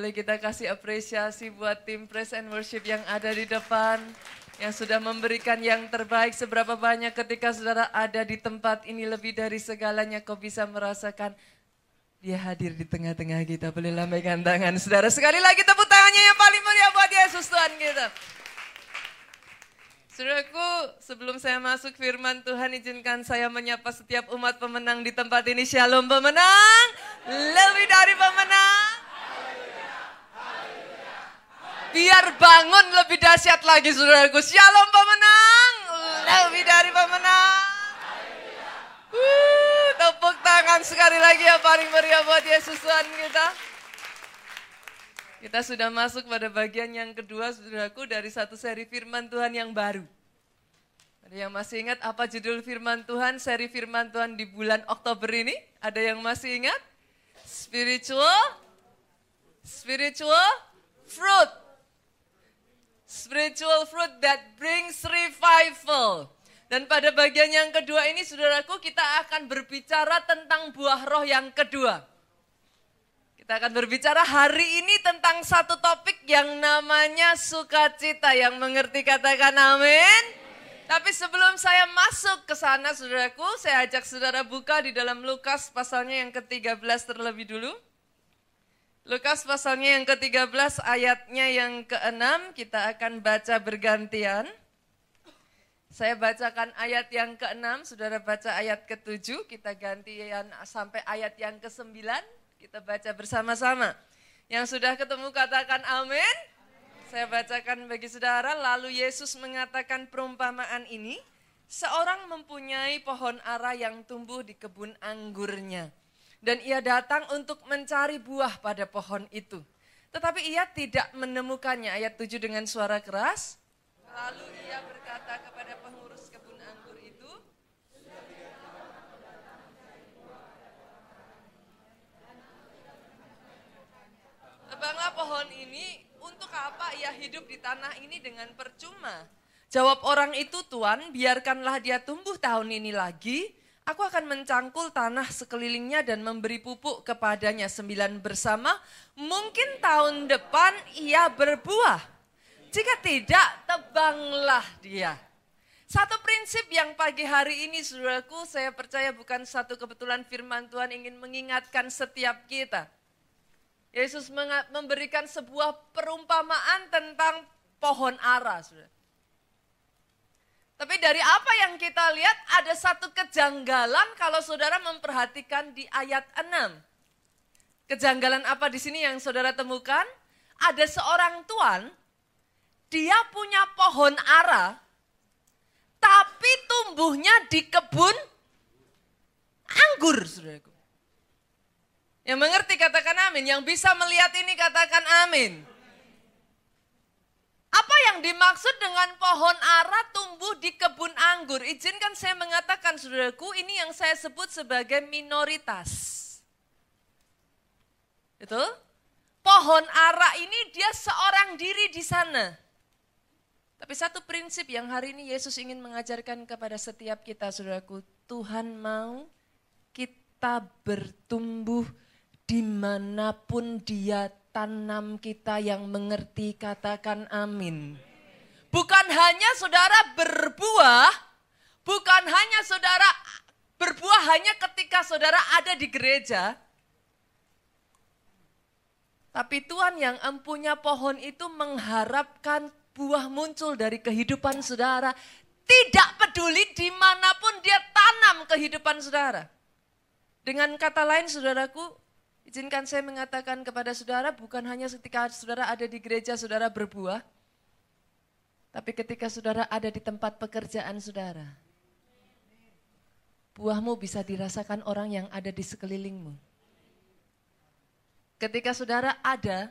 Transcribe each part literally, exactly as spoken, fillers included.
Boleh kita kasih apresiasi buat tim Praise and Worship yang ada di depan, yang sudah memberikan yang terbaik. Seberapa banyak ketika saudara ada di tempat ini, lebih dari segalanya kau bisa merasakan Dia hadir di tengah-tengah kita. Boleh lambaikan tangan saudara. Sekali lagi tepuk tangannya yang paling meriah buat Yesus Tuhan kita. Saudaraku, sebelum saya masuk firman Tuhan, izinkan saya menyapa setiap umat pemenang di tempat ini. Shalom pemenang, lebih dari pemenang. Biar bangun lebih dahsyat lagi saudaraku. Shalom pemenang, lebih dari pemenang. Uh, tepuk tangan sekali lagi yang paling meriah buat Yesus Tuhan kita. Kita sudah masuk pada bagian yang kedua saudaraku dari satu seri firman Tuhan yang baru. Ada yang masih ingat apa judul firman Tuhan, seri firman Tuhan di bulan Oktober ini? Ada yang masih ingat? Spiritual, spiritual fruit. Spiritual fruit that brings revival. Dan pada bagian yang kedua ini saudaraku, kita akan berbicara tentang buah roh yang kedua. Kita akan berbicara hari ini tentang satu topik yang namanya sukacita. Yang mengerti katakan amin. Tapi sebelum saya masuk ke sana saudaraku, saya ajak saudara buka di dalam Lukas pasalnya yang ke tiga belas terlebih dulu. Lukas pasalnya yang ke tiga belas ayatnya yang ke enam, kita akan baca bergantian. Saya bacakan ayat yang ke enam, saudara baca ayat ke tujuh, kita gantian sampai ayat yang ke sembilan. Kita baca bersama-sama. Yang sudah ketemu katakan amin. Amin. Saya bacakan bagi saudara. Lalu Yesus mengatakan perumpamaan ini. Seorang mempunyai pohon ara yang tumbuh di kebun anggurnya. Dan ia datang untuk mencari buah pada pohon itu. Tetapi ia tidak menemukannya. Ayat tujuh dengan suara keras. Lalu ia berkata kepada pengurus kebun anggur itu. Tebanglah pohon ini, untuk apa ia hidup di tanah ini dengan percuma? Jawab orang itu, Tuan, biarkanlah dia tumbuh tahun ini lagi. Aku akan mencangkul tanah sekelilingnya dan memberi pupuk kepadanya sembilan bersama. Mungkin tahun depan ia berbuah. Jika tidak, tebanglah dia. Satu prinsip yang pagi hari ini, saudaraku, saya percaya bukan satu kebetulan firman Tuhan ingin mengingatkan setiap kita. Yesus memberikan sebuah perumpamaan tentang pohon ara. Saudara. Tapi dari apa yang kita lihat ada satu kejanggalan kalau saudara memperhatikan di ayat enam. Kejanggalan apa di sini yang saudara temukan? Ada seorang tuan, dia punya pohon ara, tapi tumbuhnya di kebun anggur, saudaraku. Yang mengerti katakan amin, yang bisa melihat ini katakan amin. Apa yang dimaksud dengan pohon ara tumbuh di kebun anggur? Izinkan saya mengatakan saudaraku, ini yang saya sebut sebagai minoritas. Betul? Pohon ara ini dia seorang diri di sana. Tapi satu prinsip yang hari ini Yesus ingin mengajarkan kepada setiap kita saudaraku, Tuhan mau kita bertumbuh dimanapun dia tanam kita. Yang mengerti katakan amin. Bukan hanya saudara berbuah, bukan hanya saudara berbuah hanya ketika saudara ada di gereja. Tapi Tuhan yang empunya pohon itu mengharapkan buah muncul dari kehidupan saudara. Tidak peduli dimanapun dia tanam kehidupan saudara. Dengan kata lain saudaraku, izinkan saya mengatakan kepada saudara, bukan hanya ketika saudara ada di gereja saudara berbuah, tapi ketika saudara ada di tempat pekerjaan saudara, buahmu bisa dirasakan orang yang ada di sekelilingmu. Ketika saudara ada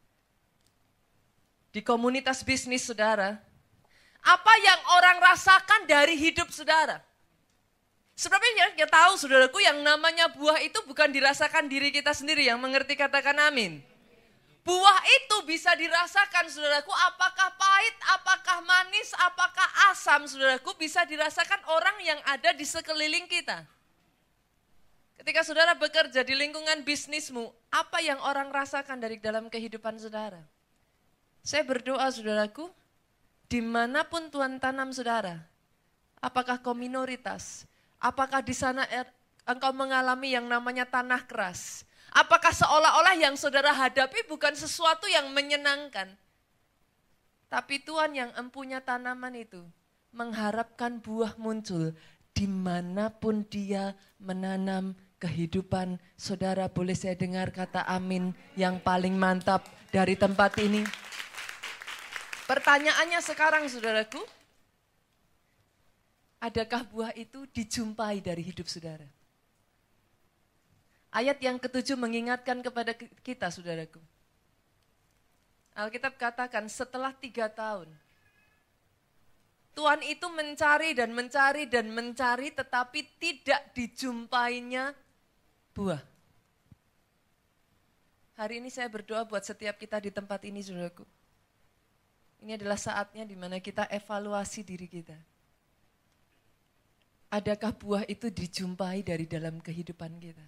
di komunitas bisnis saudara, apa yang orang rasakan dari hidup saudara? Sebenarnya kita tahu saudaraku, yang namanya buah itu bukan dirasakan diri kita sendiri. Yang mengerti katakan amin. Buah itu bisa dirasakan saudaraku, apakah pahit, apakah manis, apakah asam saudaraku, bisa dirasakan orang yang ada di sekeliling kita. Ketika saudara bekerja di lingkungan bisnismu, apa yang orang rasakan dari dalam kehidupan saudara? Saya berdoa saudaraku, dimanapun Tuhan tanam saudara, apakah kau minoritas, apakah di sana er, engkau mengalami yang namanya tanah keras, apakah seolah-olah yang saudara hadapi bukan sesuatu yang menyenangkan, tapi Tuhan yang empunya tanaman itu mengharapkan buah muncul dimanapun dia menanam kehidupan saudara. Boleh saya dengar kata amin yang paling mantap dari tempat ini? Pertanyaannya sekarang saudaraku, adakah buah itu dijumpai dari hidup saudara? Ayat yang ketujuh mengingatkan kepada kita saudaraku. Alkitab katakan setelah tiga tahun, Tuhan itu mencari dan mencari dan mencari tetapi tidak dijumpainya buah. Hari ini saya berdoa buat setiap kita di tempat ini saudaraku. Ini adalah saatnya di mana kita evaluasi diri kita. Adakah buah itu dijumpai dari dalam kehidupan kita?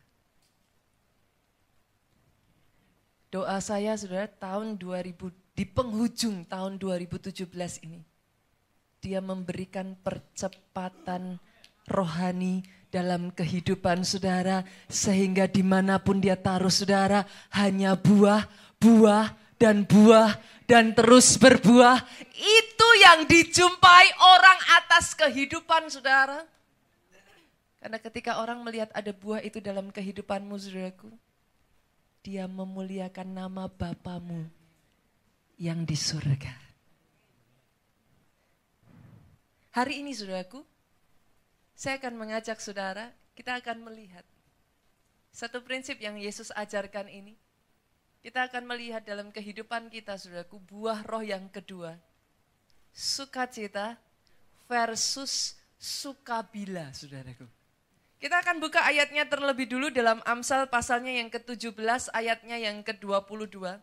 Doa saya saudara tahun dua ribu, di penghujung tahun dua ribu tujuh belas ini, dia memberikan percepatan rohani dalam kehidupan saudara, sehingga dimanapun dia taruh saudara, hanya buah, buah, dan buah, dan terus berbuah. Itu yang dijumpai orang atas kehidupan saudara. Karena ketika orang melihat ada buah itu dalam kehidupanmu saudaraku, dia memuliakan nama Bapamu yang di surga. Hari ini saudaraku, saya akan mengajak saudara, kita akan melihat satu prinsip yang Yesus ajarkan ini. Kita akan melihat dalam kehidupan kita saudaraku, buah roh yang kedua. Sukacita versus sukabila saudaraku. Kita akan buka ayatnya terlebih dulu dalam Amsal pasalnya yang ke tujuh belas, ayatnya yang ke dua puluh dua.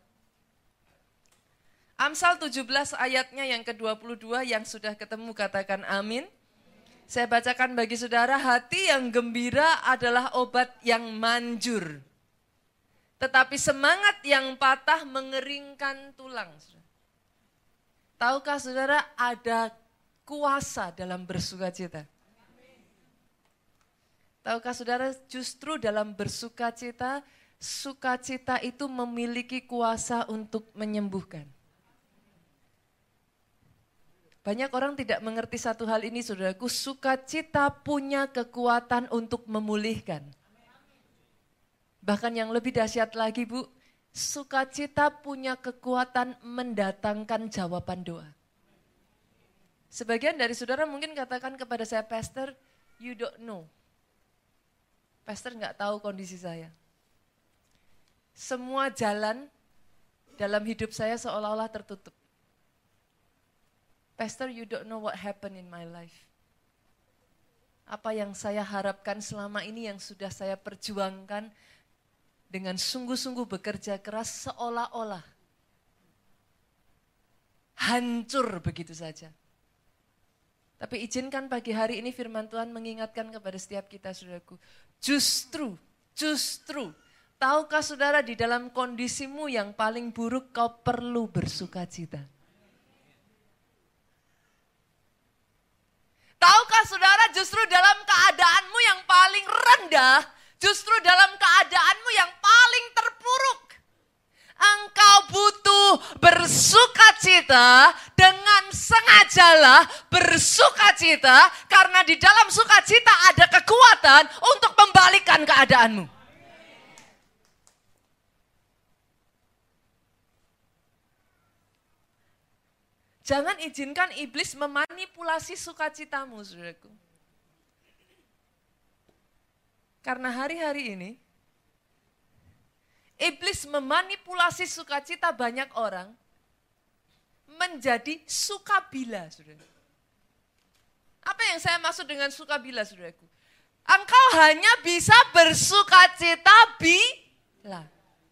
Amsal tujuh belas ayatnya yang ke dua puluh dua, yang sudah ketemu katakan amin. Saya bacakan bagi saudara, hati yang gembira adalah obat yang manjur. Tetapi semangat yang patah mengeringkan tulang. Tahukah saudara ada kuasa dalam bersukacita? Tahukah saudara justru dalam bersukacita, sukacita itu memiliki kuasa untuk menyembuhkan. Banyak orang tidak mengerti satu hal ini saudaraku, sukacita punya kekuatan untuk memulihkan. Bahkan yang lebih dahsyat lagi Bu, sukacita punya kekuatan mendatangkan jawaban doa. Sebagian dari saudara mungkin katakan kepada saya, Pastor, you don't know. Pastor nggak tahu kondisi saya. Semua jalan dalam hidup saya seolah-olah tertutup. Pastor, you don't know what happened in my life. Apa yang saya harapkan selama ini yang sudah saya perjuangkan dengan sungguh-sungguh bekerja keras seolah-olah hancur begitu saja. Tapi izinkan pagi hari ini firman Tuhan mengingatkan kepada setiap kita saudaraku. Justru, justru, tahukah saudara di dalam kondisimu yang paling buruk kau perlu bersukacita. Tahukah saudara justru dalam keadaanmu yang paling rendah, justru dalam keadaanmu yang paling terpuruk, engkau butuh bersukacita dengan sengajalah bersukacita karena di dalam sukacita ada kekuatan untuk membalikkan keadaanmu. Jangan izinkan iblis memanipulasi sukacitamu, saudaraku. Karena hari-hari ini, iblis memanipulasi sukacita banyak orang menjadi sukabila, saudara. Apa yang saya maksud dengan sukabila, saudaraku? Engkau hanya bisa bersukacita bila.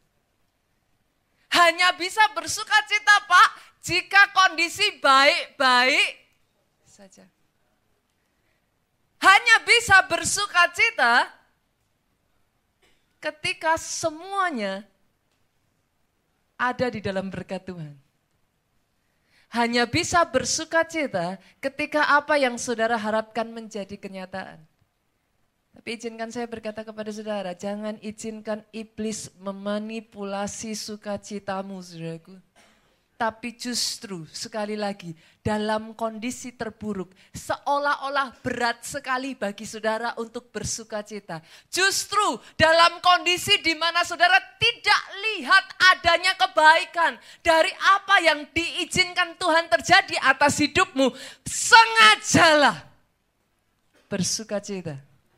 Hanya bisa bersukacita, Pak, jika kondisi baik-baik saja. Hanya bisa bersukacita ketika semuanya ada di dalam berkat Tuhan. Hanya bisa bersukacita ketika apa yang saudara harapkan menjadi kenyataan. Tapi izinkan saya berkata kepada saudara, jangan izinkan iblis memanipulasi sukacitamu, saudaraku. Tapi justru sekali lagi dalam kondisi terburuk seolah-olah berat sekali bagi saudara untuk bersukacita. Justru dalam kondisi di mana saudara tidak lihat adanya kebaikan dari apa yang diizinkan Tuhan terjadi atas hidupmu, sengajalah bersukacita.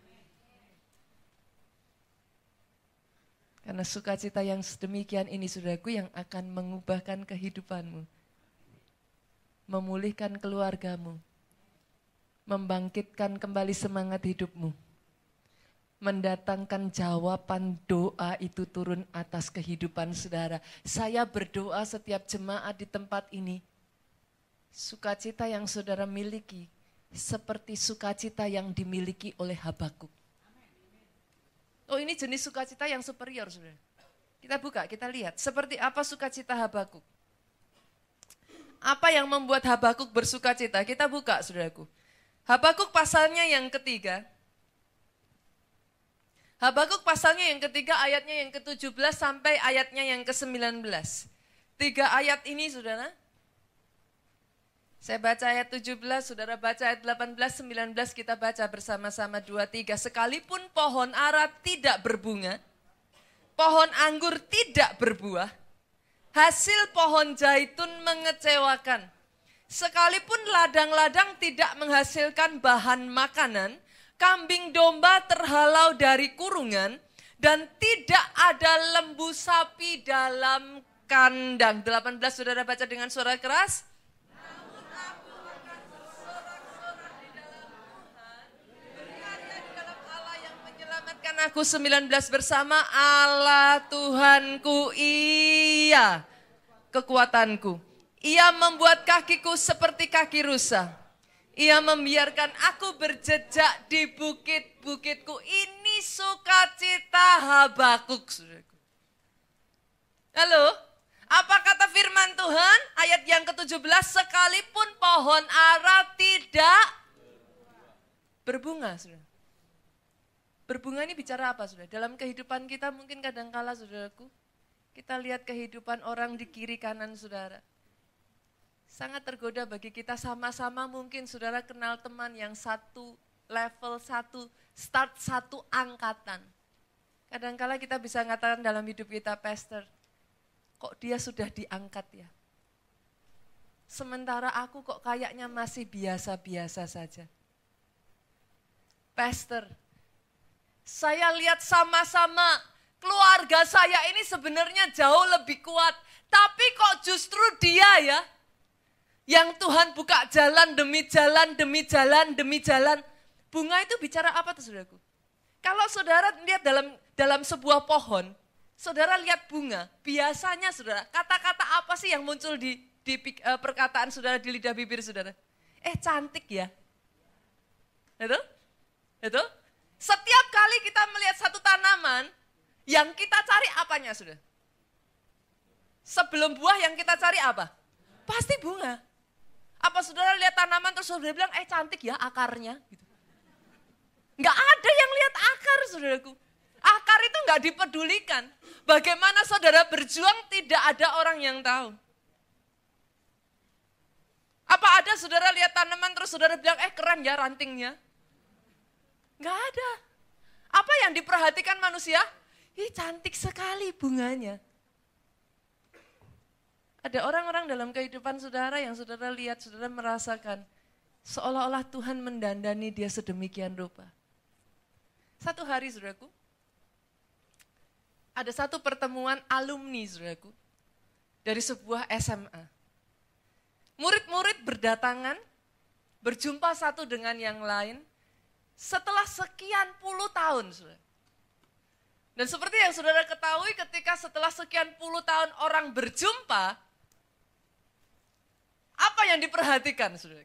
Karena sukacita yang sedemikian ini, saudaraku, yang akan mengubahkan kehidupanmu. Memulihkan keluargamu. Membangkitkan kembali semangat hidupmu. Mendatangkan jawaban doa itu turun atas kehidupan saudara. Saya berdoa setiap jemaat di tempat ini. Sukacita yang saudara miliki seperti sukacita yang dimiliki oleh Habakuk. Oh, ini jenis sukacita yang superior, saudara. Kita buka, kita lihat. Seperti apa sukacita Habakuk. Apa yang membuat Habakuk bersukacita? Kita buka, saudaraku. Habakuk pasalnya yang ketiga. Habakuk pasalnya yang ketiga, ayatnya yang ke tujuh belas sampai ayatnya yang ke sembilan belas. Tiga ayat ini, saudara. Saya baca ayat tujuh belas, saudara baca ayat delapan belas, sembilan belas, kita baca bersama-sama dua, tiga. Sekalipun pohon ara tidak berbunga, pohon anggur tidak berbuah, hasil pohon zaitun mengecewakan. Sekalipun ladang-ladang tidak menghasilkan bahan makanan, kambing domba terhalau dari kurungan, dan tidak ada lembu sapi dalam kandang. delapan belas, saudara baca dengan suara keras. Aku sembilan belas bersama Allah Tuhanku, iya kekuatanku. Ia membuat kakiku seperti kaki rusa. Ia membiarkan aku berjejak di bukit-bukitku. Ini sukacita Habakuk. Halo, apa kata firman Tuhan? Ayat yang ke tujuh belas, sekalipun pohon ara tidak berbunga, saudara. Berbunga ini bicara apa, saudara? Dalam kehidupan kita mungkin kadangkala, saudaraku, kita lihat kehidupan orang di kiri kanan saudara. Sangat tergoda bagi kita, sama-sama mungkin saudara kenal teman yang satu level, satu start, satu angkatan. Kadangkala kita bisa mengatakan dalam hidup kita, pastor, kok dia sudah diangkat ya? Sementara aku kok kayaknya masih biasa-biasa saja. Pastor, saya lihat sama-sama keluarga saya ini sebenarnya jauh lebih kuat. Tapi kok justru dia ya, yang Tuhan buka jalan demi jalan, demi jalan, demi jalan. Bunga itu bicara apa tuh, saudaraku? Kalau saudara lihat dalam dalam sebuah pohon, saudara lihat bunga, biasanya saudara, kata-kata apa sih yang muncul di, di uh, perkataan saudara, di lidah bibir saudara? Eh, cantik ya. Itu? Itu? Setiap kali kita melihat satu tanaman, yang kita cari apanya, saudara? Sebelum buah yang kita cari apa? Pasti bunga. Apa saudara lihat tanaman terus saudara bilang, eh cantik ya akarnya? Gitu. Nggak ada yang lihat akar, saudaraku. Akar itu nggak dipedulikan. Bagaimana saudara berjuang tidak ada orang yang tahu. Apa ada saudara lihat tanaman terus saudara bilang, eh keren ya rantingnya? Nggak ada. Apa yang diperhatikan manusia? Ih cantik sekali bunganya. Ada orang-orang dalam kehidupan saudara yang saudara lihat, saudara merasakan seolah-olah Tuhan mendandani dia sedemikian rupa. Satu hari saudaraku, ada satu pertemuan alumni saudaraku dari sebuah S M A. Murid-murid berdatangan, berjumpa satu dengan yang lain, setelah sekian puluh tahun, saudara. Dan seperti yang saudara ketahui, ketika setelah sekian puluh tahun orang berjumpa, apa yang diperhatikan, saudara?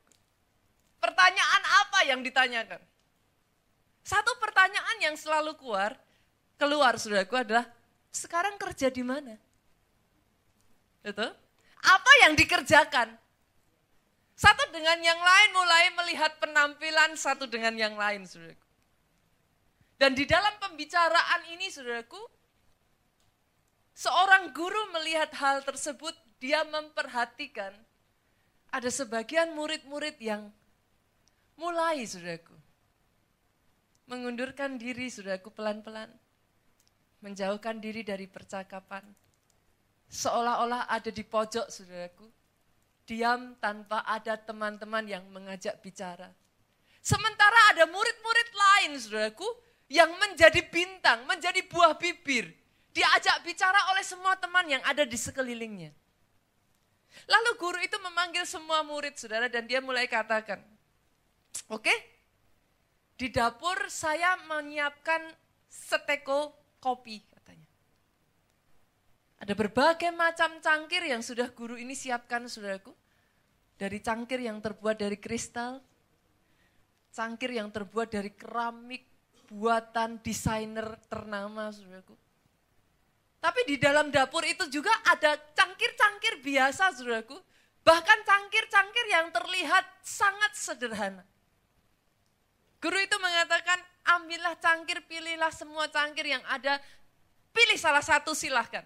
Pertanyaan apa yang ditanyakan? Satu pertanyaan yang selalu keluar, keluar saudaraku adalah, sekarang kerja di mana? Betul? Apa yang dikerjakan? Satu dengan yang lain mulai melihat penampilan satu dengan yang lain, saudaraku. Dan di dalam pembicaraan ini, saudaraku, seorang guru melihat hal tersebut, dia memperhatikan ada sebagian murid-murid yang mulai, saudaraku, mengundurkan diri, saudaraku, pelan-pelan, menjauhkan diri dari percakapan, seolah-olah ada di pojok, saudaraku, diam tanpa ada teman-teman yang mengajak bicara. Sementara ada murid-murid lain, saudaraku, yang menjadi bintang, menjadi buah bibir, diajak bicara oleh semua teman yang ada di sekelilingnya. Lalu guru itu memanggil semua murid, saudara, dan dia mulai katakan, oke, di dapur saya menyiapkan seteko kopi, katanya. Ada berbagai macam cangkir yang sudah guru ini siapkan, saudaraku. Dari cangkir yang terbuat dari kristal, cangkir yang terbuat dari keramik, buatan desainer ternama, saudaraku. Tapi di dalam dapur itu juga ada cangkir-cangkir biasa, saudaraku. Bahkan cangkir-cangkir yang terlihat sangat sederhana. Guru itu mengatakan, ambillah cangkir, pilihlah semua cangkir yang ada, pilih salah satu silahkan.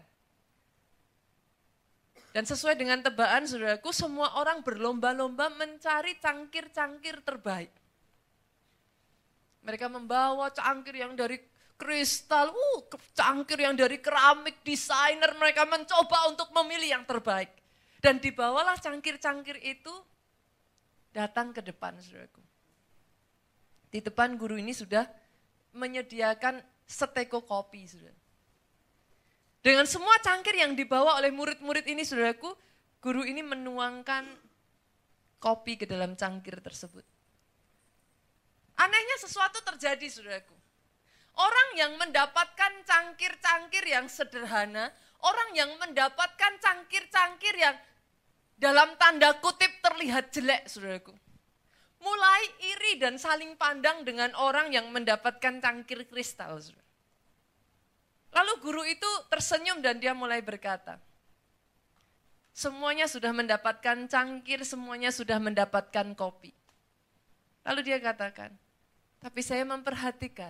Dan sesuai dengan tebaan, saudaraku, semua orang berlomba-lomba mencari cangkir-cangkir terbaik. Mereka membawa cangkir yang dari kristal, uh, cangkir yang dari keramik, desainer, mereka mencoba untuk memilih yang terbaik. Dan dibawalah cangkir-cangkir itu datang ke depan, saudaraku. Di depan guru ini sudah menyediakan seteko kopi, saudara. Dengan semua cangkir yang dibawa oleh murid-murid ini, saudaraku, guru ini menuangkan kopi ke dalam cangkir tersebut. Anehnya sesuatu terjadi, saudaraku. Orang yang mendapatkan cangkir-cangkir yang sederhana, orang yang mendapatkan cangkir-cangkir yang dalam tanda kutip terlihat jelek, saudaraku, mulai iri dan saling pandang dengan orang yang mendapatkan cangkir kristal, saudara. Lalu guru itu tersenyum dan dia mulai berkata, semuanya sudah mendapatkan cangkir, semuanya sudah mendapatkan kopi. Lalu dia katakan, tapi saya memperhatikan,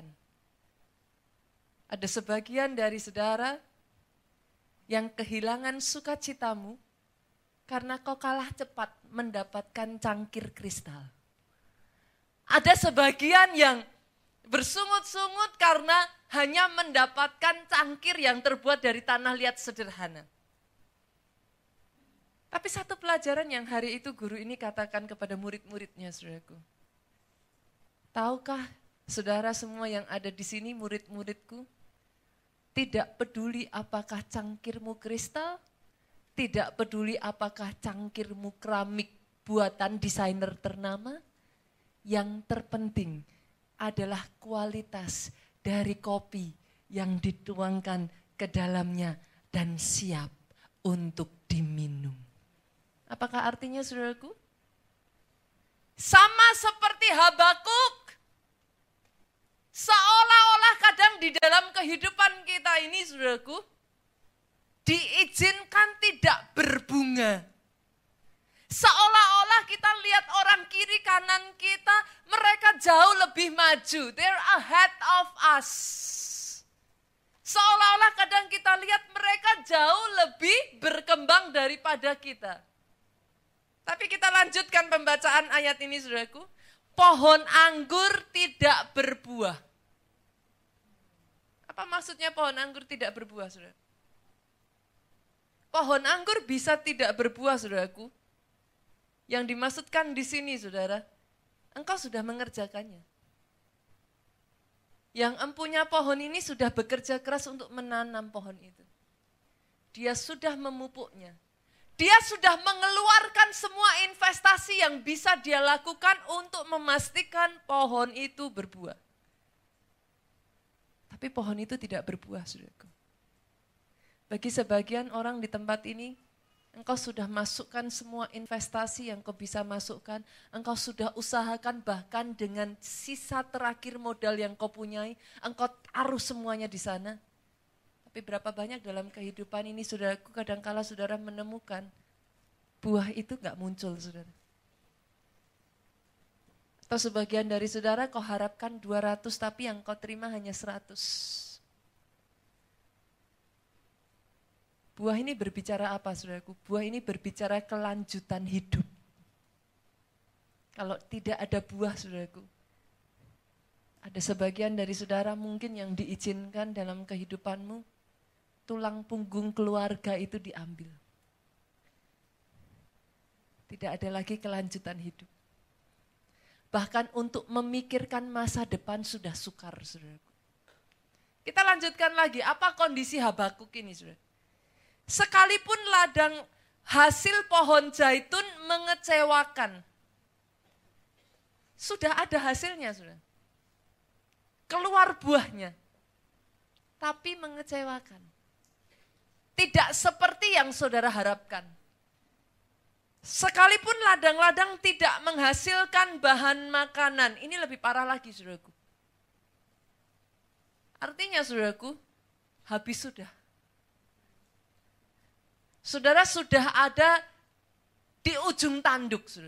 ada sebagian dari saudara yang kehilangan sukacitamu karena kau kalah cepat mendapatkan cangkir kristal. Ada sebagian yang bersungut-sungut karena hanya mendapatkan cangkir yang terbuat dari tanah liat sederhana. Tapi satu pelajaran yang hari itu guru ini katakan kepada murid-muridnya, saudaraku. Tahukah saudara semua yang ada di sini, murid-muridku, tidak peduli apakah cangkirmu kristal, tidak peduli apakah cangkirmu keramik buatan desainer ternama, yang terpenting adalah kualitas dari kopi yang dituangkan ke dalamnya dan siap untuk diminum. Apakah artinya, saudaraku? Sama seperti Habakuk, seolah-olah kadang di dalam kehidupan kita ini, saudaraku, diizinkan tidak berbunga. Seolah-olah kita lihat orang kiri kanan kita, mereka jauh lebih maju. They're ahead of us. Seolah-olah kadang kita lihat mereka jauh lebih berkembang daripada kita. Tapi kita lanjutkan pembacaan ayat ini, saudaraku. Pohon anggur tidak berbuah. Apa maksudnya pohon anggur tidak berbuah, saudara? Pohon anggur bisa tidak berbuah, saudaraku. Yang dimaksudkan di sini, saudara, engkau sudah mengerjakannya. Yang empunya pohon ini sudah bekerja keras untuk menanam pohon itu. Dia sudah memupuknya. Dia sudah mengeluarkan semua investasi yang bisa dia lakukan untuk memastikan pohon itu berbuah. Tapi pohon itu tidak berbuah, saudaraku. Bagi sebagian orang di tempat ini, Engkau sudah masukkan semua investasi yang kau bisa masukkan. Engkau sudah usahakan bahkan dengan sisa terakhir modal yang kau punyai. Engkau taruh semuanya di sana. Tapi berapa banyak dalam kehidupan ini saudaraku kadangkala saudara menemukan buah itu gak muncul saudara. Atau sebagian dari saudara kau harapkan dua ratus tapi yang kau terima hanya seratus. Buah ini berbicara apa saudaraku? Buah ini berbicara kelanjutan hidup. Kalau tidak ada buah saudaraku, ada sebagian dari saudara mungkin yang diizinkan dalam kehidupanmu, tulang punggung keluarga itu diambil. Tidak ada lagi kelanjutan hidup. Bahkan untuk memikirkan masa depan sudah sukar saudaraku. Kita lanjutkan lagi, apa kondisi Habakuk ini saudara? Sekalipun ladang hasil pohon zaitun mengecewakan. Sudah ada hasilnya, sudah. Keluar buahnya. Tapi mengecewakan. Tidak seperti yang saudara harapkan. Sekalipun ladang-ladang tidak menghasilkan bahan makanan. Ini lebih parah lagi, saudaraku. Artinya, saudaraku, habis sudah. Saudara sudah ada di ujung tanduk. Saudara.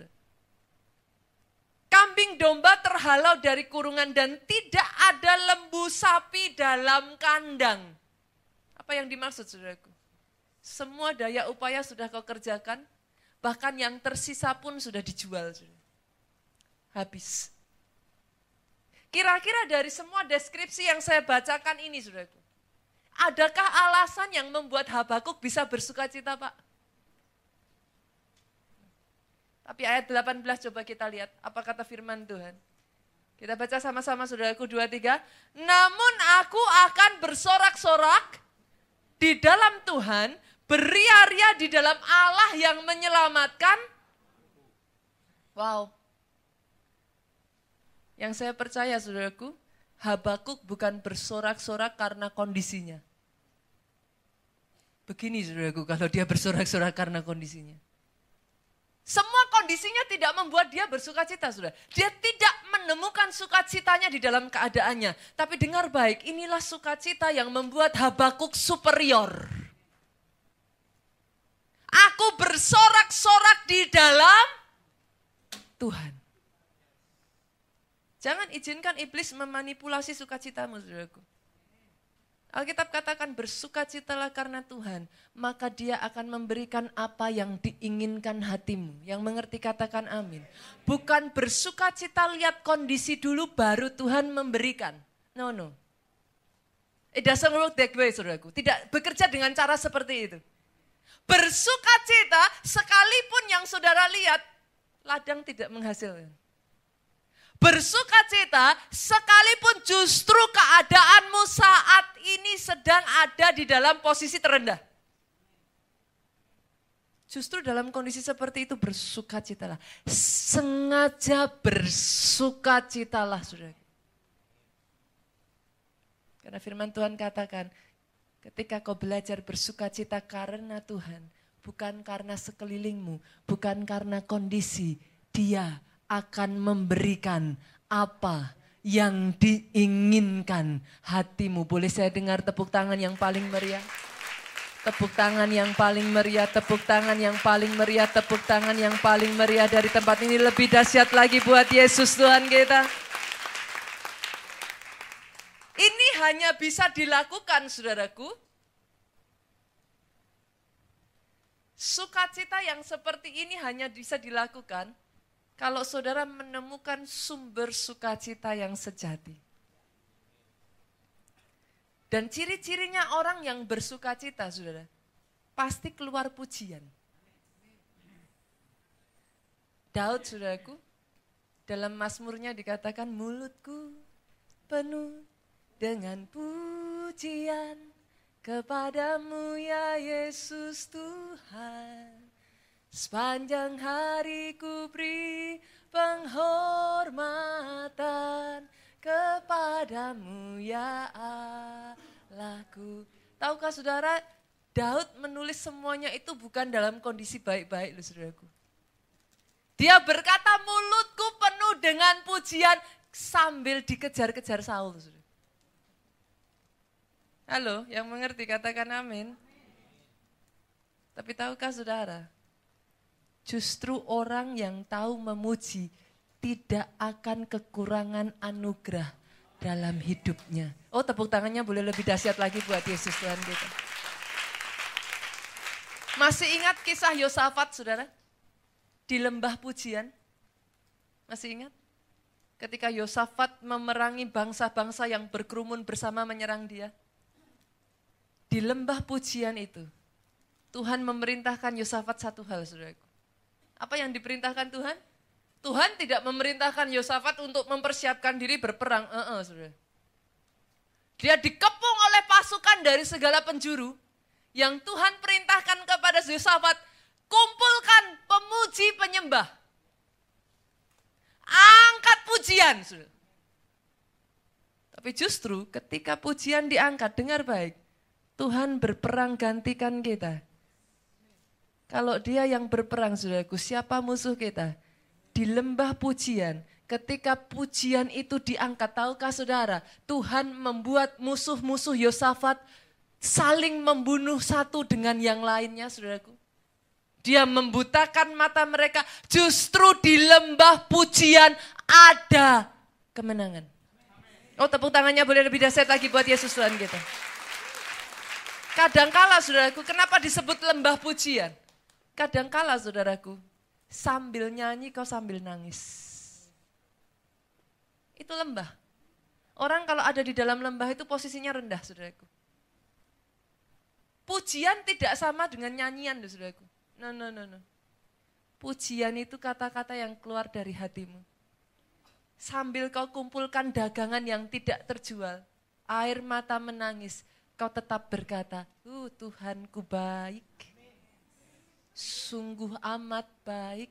Kambing domba terhalau dari kurungan dan tidak ada lembu sapi dalam kandang. Apa yang dimaksud saudaraku? Semua daya upaya sudah kau kerjakan, bahkan yang tersisa pun sudah dijual. Saudara. Habis. Kira-kira dari semua deskripsi yang saya bacakan ini saudaraku, adakah alasan yang membuat Habakuk bisa bersuka cita, Pak? Tapi ayat delapan belas coba kita lihat, apa kata firman Tuhan. Kita baca sama-sama saudaraku, dua, tiga. Namun aku akan bersorak-sorak di dalam Tuhan, beria-ria di dalam Allah yang menyelamatkan. Wow. Yang saya percaya saudaraku, Habakuk bukan bersorak-sorak karena kondisinya. Begini saudaraku, kalau dia bersorak-sorak karena kondisinya. Semua kondisinya tidak membuat dia bersuka cita, saudara. Dia tidak menemukan sukacitanya di dalam keadaannya. Tapi dengar baik, inilah sukacita yang membuat Habakuk superior. Aku bersorak-sorak di dalam Tuhan. Jangan izinkan iblis memanipulasi sukacitamu, saudaraku. Alkitab katakan bersukacitalah karena Tuhan, maka dia akan memberikan apa yang diinginkan hatimu. Yang mengerti katakan amin. Bukan bersukacita lihat kondisi dulu baru Tuhan memberikan. No, no. It doesn't work that way, saudaraku. Tidak bekerja dengan cara seperti itu. Bersukacita sekalipun yang saudara lihat, ladang tidak menghasilkan. Bersukacita sekalipun justru keadaanmu saat ini sedang ada di dalam posisi terendah. Justru dalam kondisi seperti itu bersukacitalah. Sengaja bersukacitalah, saudara. Karena firman Tuhan katakan, ketika kau belajar bersukacita karena Tuhan, bukan karena sekelilingmu, bukan karena kondisi, Dia akan memberikan apa yang diinginkan hatimu. Boleh saya dengar tepuk tangan yang paling meriah? Tepuk tangan yang paling meriah, tepuk tangan yang paling meriah, tepuk tangan yang paling meriah dari tempat ini. Lebih dahsyat lagi buat Yesus Tuhan kita. Ini hanya bisa dilakukan, saudaraku. Sukacita yang seperti ini hanya bisa dilakukan kalau saudara menemukan sumber sukacita yang sejati. Dan ciri-cirinya orang yang bersukacita, saudara, pasti keluar pujian. Daud, saudaraku, dalam Mazmurnya dikatakan mulutku penuh dengan pujian kepadamu ya Yesus Tuhan. Sepanjang hari ku beri penghormatan kepadamu ya Allahku. Tahukah saudara, Daud menulis semuanya itu bukan dalam kondisi baik-baik loh saudaraku. Dia berkata mulutku penuh dengan pujian sambil dikejar-kejar Saul. Saudara. Halo, yang mengerti katakan amin. Tapi tahukah saudara, justru orang yang tahu memuji tidak akan kekurangan anugerah dalam hidupnya. Oh, tepuk tangannya boleh lebih dahsyat lagi buat Yesus Tuhan kita. Masih ingat kisah Yosafat, saudara? Di lembah pujian. Masih ingat? Ketika Yosafat memerangi bangsa-bangsa yang berkerumun bersama menyerang dia. Di lembah pujian itu, Tuhan memerintahkan Yosafat satu hal, saudaraku. Apa yang diperintahkan Tuhan? Tuhan tidak memerintahkan Yosafat untuk mempersiapkan diri berperang. Uh-uh, saudara. Dia dikepung oleh pasukan dari segala penjuru. Yang Tuhan perintahkan kepada Yosafat, kumpulkan pemuji penyembah. Angkat pujian. Saudara. Tapi justru ketika pujian diangkat, dengar baik. Tuhan berperang gantikan kita. Kalau dia yang berperang, saudaraku, siapa musuh kita? Di lembah pujian, ketika pujian itu diangkat, tahukah saudara, Tuhan membuat musuh-musuh Yosafat saling membunuh satu dengan yang lainnya, saudaraku. Dia membutakan mata mereka, justru di lembah pujian ada kemenangan. Oh, tepuk tangannya boleh lebih dahsyat lagi buat Yesus Tuhan kita. Kadangkala saudaraku, kenapa disebut lembah pujian? Kadangkala saudaraku, sambil nyanyi kau sambil nangis. Itu lembah. Orang kalau ada di dalam lembah itu posisinya rendah, saudaraku. Pujian tidak sama dengan nyanyian, saudaraku. No, no, no, no. Pujian itu kata-kata yang keluar dari hatimu. Sambil kau kumpulkan dagangan yang tidak terjual, air mata menangis, kau tetap berkata, uh, Tuhanku baik. Sungguh amat baik.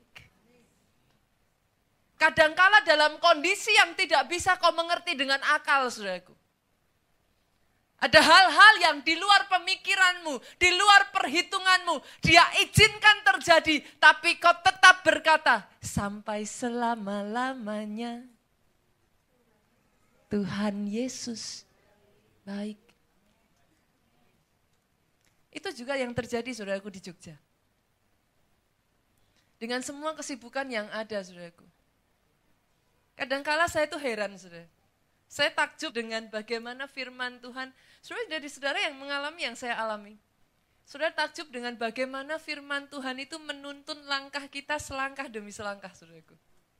Kadangkala dalam kondisi yang tidak bisa kau mengerti dengan akal, saudaraku. Ada hal-hal yang di luar pemikiranmu, di luar perhitunganmu, dia izinkan terjadi, tapi kau tetap berkata, sampai selama-lamanya Tuhan Yesus baik. Itu juga yang terjadi, saudaraku, di Jogja. Dengan semua kesibukan yang ada, saudaraku. Kadangkala saya tuh heran, saudara. Saya takjub dengan bagaimana firman Tuhan. Saudara, dari saudara yang mengalami yang saya alami. Saudara takjub dengan bagaimana firman Tuhan itu menuntun langkah kita selangkah demi selangkah, saudaraku.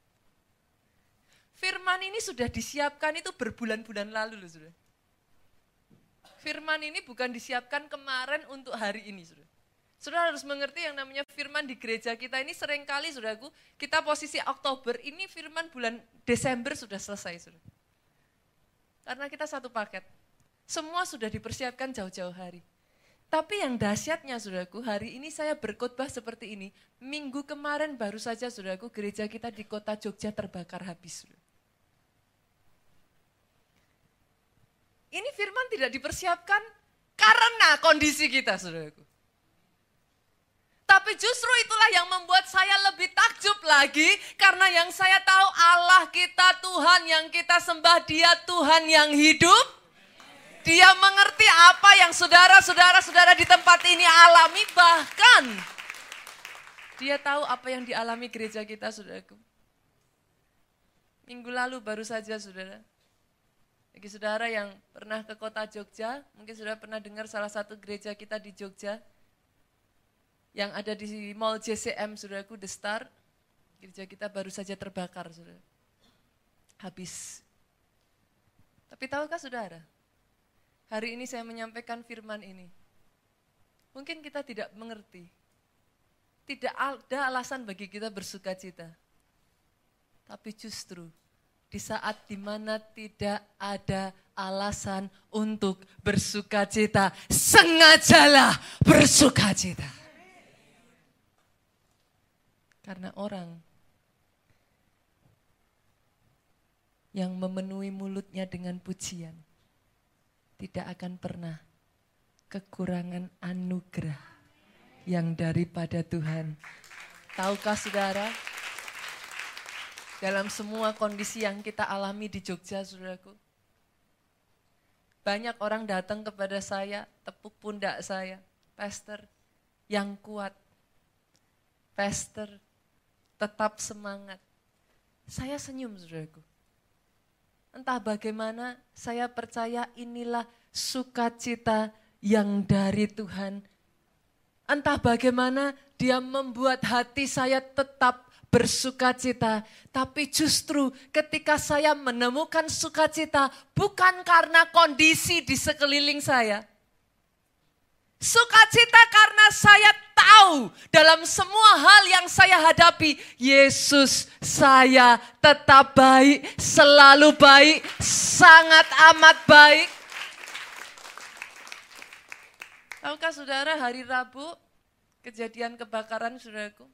Firman ini sudah disiapkan itu berbulan-bulan lalu, loh, saudara. Firman ini bukan disiapkan kemarin untuk hari ini, saudara. Saudara harus mengerti yang namanya firman di gereja kita ini seringkali, saudaraku, kita posisi Oktober, ini firman bulan Desember sudah selesai, saudara. Karena kita satu paket. Semua sudah dipersiapkan jauh-jauh hari. Tapi yang dahsyatnya, saudaraku, hari ini saya berkhotbah seperti ini. Minggu kemarin baru saja, saudaraku, gereja kita di kota Jogja terbakar habis. Saudara. Ini firman tidak dipersiapkan karena kondisi kita, saudaraku. Tapi justru itulah yang membuat saya lebih takjub lagi, karena yang saya tahu Allah kita, Tuhan yang kita sembah, dia Tuhan yang hidup. Dia mengerti apa yang saudara-saudara-saudara di tempat ini alami, bahkan dia tahu apa yang dialami gereja kita, saudaraku. Minggu lalu baru saja, saudara. Bagi saudara yang pernah ke kota Jogja, mungkin saudara pernah dengar salah satu gereja kita di Jogja, yang ada di Mall J C M, saudaraku, The Star. Gereja kita baru saja terbakar, saudara. Habis. Tapi tahukah saudara, hari ini saya menyampaikan firman ini. Mungkin kita tidak mengerti. Tidak ada alasan bagi kita bersuka cita. Tapi justru di saat dimana tidak ada alasan untuk bersuka cita, sengajalah bersuka cita. Karena orang yang memenuhi mulutnya dengan pujian tidak akan pernah kekurangan anugerah yang daripada Tuhan. Tahukah saudara, dalam semua kondisi yang kita alami di Jogja, saudaraku, banyak orang datang kepada saya, tepuk pundak saya, Pastor, yang kuat, Pastor, tetap semangat. Saya senyum, saudaraku. Entah bagaimana, saya percaya inilah sukacita yang dari Tuhan. Entah bagaimana dia membuat hati saya tetap bersukacita. Tapi justru ketika saya menemukan sukacita, bukan karena kondisi di sekeliling saya. Sukacita karena saya tahu dalam semua hal yang saya hadapi, Yesus saya tetap baik, selalu baik, sangat amat baik. Tahukah saudara, hari Rabu kejadian kebakaran, saudaraku?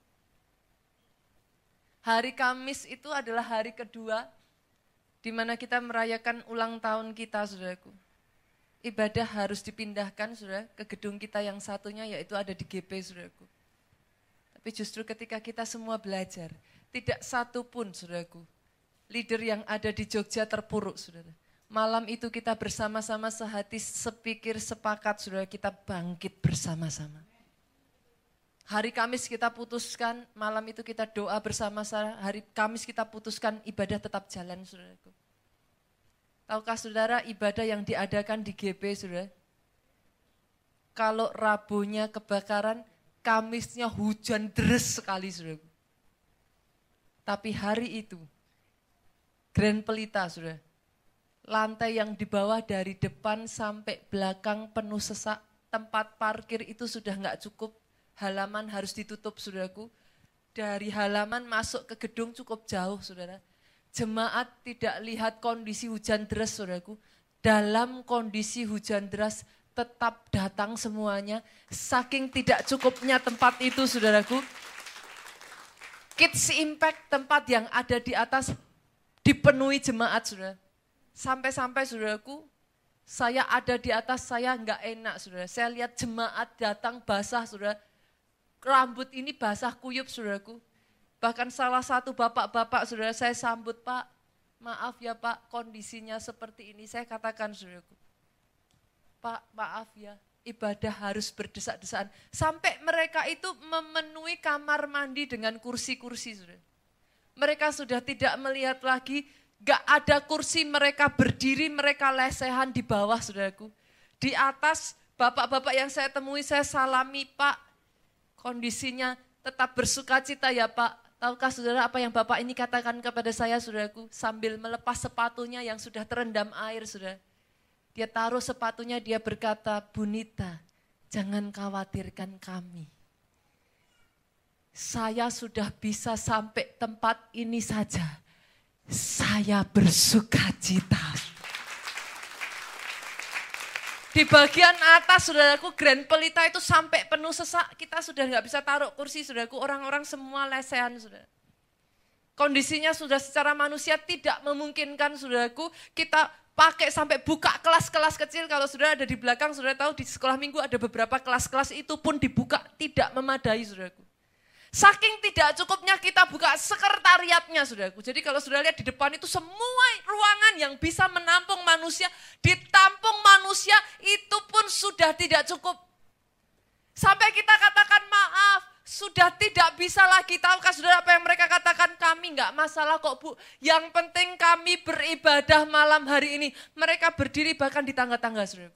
Hari Kamis itu adalah hari kedua di mana kita merayakan ulang tahun kita, saudaraku. Ibadah harus dipindahkan, saudara, ke gedung kita yang satunya, yaitu ada di G P, saudaraku. Tapi justru ketika kita semua belajar, tidak satu pun, saudaraku, leader yang ada di Jogja terpuruk, saudara. Malam itu kita bersama-sama sehati, sepikir, sepakat, saudara, kita bangkit bersama-sama. Hari Kamis kita putuskan, malam itu kita doa bersama-sama, hari Kamis kita putuskan ibadah tetap jalan, saudaraku. Tahukah saudara, ibadah yang diadakan di G P, saudara? Kalau Rabunya kebakaran, Kamisnya hujan deras sekali, saudara. Tapi hari itu, Grand Pelita, saudara, lantai yang di bawah dari depan sampai belakang penuh sesak, tempat parkir itu sudah nggak cukup, halaman harus ditutup, saudaraku. Dari halaman masuk ke gedung cukup jauh, saudara. Jemaat tidak lihat kondisi hujan deras, saudaraku. Dalam kondisi hujan deras tetap datang semuanya. Saking tidak cukupnya tempat itu, saudaraku. Kids Impact, tempat yang ada di atas, dipenuhi jemaat, saudara. Sampai-sampai, saudaraku, saya ada di atas, saya enggak enak, saudara. Saya lihat jemaat datang basah, saudara. Rambut ini basah kuyup, saudaraku. Bahkan salah satu bapak-bapak, saudara, saya sambut, Pak, maaf ya Pak, kondisinya seperti ini. Saya katakan, saudaraku, Pak, maaf ya, ibadah harus berdesak-desaan. Sampai mereka itu memenuhi kamar mandi dengan kursi-kursi, saudara. Mereka sudah tidak melihat lagi, gak ada kursi, mereka berdiri, mereka lesehan di bawah, saudaraku. Di atas, bapak-bapak yang saya temui, saya salami, Pak, kondisinya tetap bersukacita ya Pak. Tahukah saudara apa yang Bapak ini katakan kepada saya, saudaraku, sambil melepas sepatunya yang sudah terendam air, saudara. Dia taruh sepatunya, dia berkata, Bunita, jangan khawatirkan kami. Saya sudah bisa sampai tempat ini saja. Saya bersukacita. Di bagian atas, saudaraku, Grand Pelita itu sampai penuh sesak, kita sudah nggak bisa taruh kursi, saudaraku, orang-orang semua lesehan, saudara. Kondisinya sudah secara manusia tidak memungkinkan, saudaraku, kita pakai sampai buka kelas-kelas kecil. Kalau saudara ada di belakang, saudara tahu di sekolah minggu ada beberapa kelas-kelas, itu pun dibuka, tidak memadai, saudaraku. Saking tidak cukupnya kita buka sekretariatnya, saudaraku. Jadi kalau saudara lihat di depan itu semua ruangan yang bisa menampung manusia, ditampung manusia, itu pun sudah tidak cukup. Sampai kita katakan maaf, sudah tidak bisa lagi. Tahukah saudara apa yang mereka katakan? Kami enggak masalah kok Bu, yang penting kami beribadah malam hari ini. Mereka berdiri bahkan di tangga-tangga, saudaraku.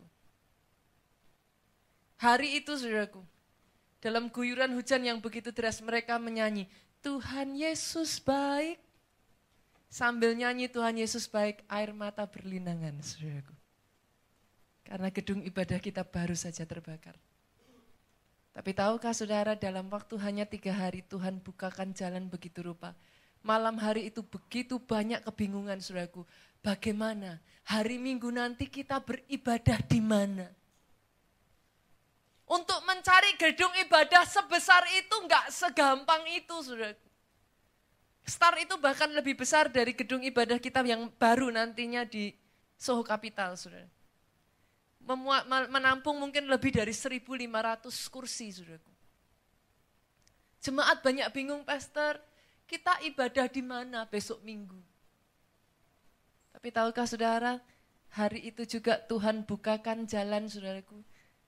Hari itu, saudaraku, dalam guyuran hujan yang begitu deras, mereka menyanyi, Tuhan Yesus baik. Sambil nyanyi Tuhan Yesus baik, air mata berlinangan, saudaraku. Karena gedung ibadah kita baru saja terbakar. Tapi tahukah saudara, dalam waktu hanya tiga hari Tuhan bukakan jalan begitu rupa. Malam hari itu begitu banyak kebingungan, saudaraku. Bagaimana hari Minggu nanti kita beribadah di mana? Untuk mencari gedung ibadah sebesar itu enggak segampang itu, saudaraku. Star itu bahkan lebih besar dari gedung ibadah kita yang baru nantinya di Soho Capital, saudara. memuat, menampung mungkin lebih dari seribu lima ratus kursi, saudaraku. Jemaat banyak bingung, pastor, kita ibadah di mana besok minggu? Tapi tahukah saudara, hari itu juga Tuhan bukakan jalan, saudaraku.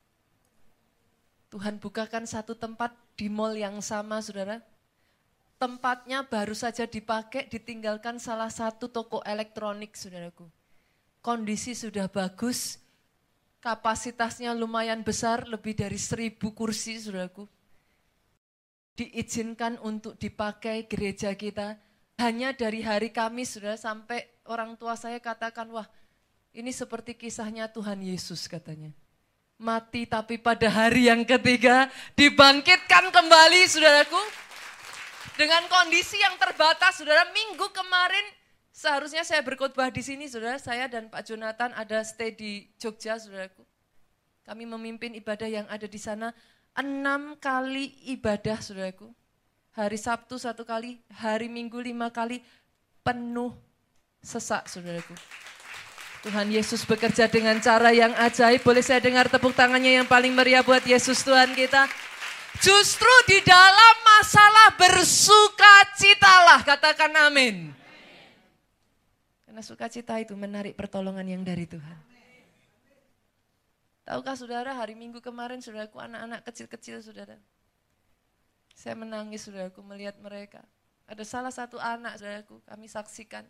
Tuhan bukakan satu tempat di mall yang sama, saudara. Tempatnya baru saja dipakai, ditinggalkan salah satu toko elektronik, saudaraku. Kondisi sudah bagus, kapasitasnya lumayan besar, lebih dari seribu kursi, saudaraku. Diizinkan untuk dipakai gereja kita. Hanya dari hari Kamis, saudara, sampai orang tua saya katakan, wah ini seperti kisahnya Tuhan Yesus, katanya. Mati tapi pada hari yang ketiga dibangkitkan kembali, saudaraku. Dengan kondisi yang terbatas, saudara, minggu kemarin seharusnya saya berkhotbah di sini, saudara. Saya dan Pak Jonathan ada stay di Jogja, saudaraku. Kami memimpin ibadah yang ada di sana, enam kali ibadah, saudaraku. Hari Sabtu satu kali, hari Minggu lima kali, penuh sesak, saudaraku. Tuhan Yesus bekerja dengan cara yang ajaib. Boleh saya dengar tepuk tangannya yang paling meriah buat Yesus Tuhan kita. Justru di dalam masalah bersukacitalah, katakan amin. Karena sukacita itu menarik pertolongan yang dari Tuhan. Tahukah saudara, hari Minggu kemarin saudaraku, anak-anak kecil-kecil, saudara. Saya menangis, saudaraku, melihat mereka. Ada salah satu anak, saudaraku, kami saksikan.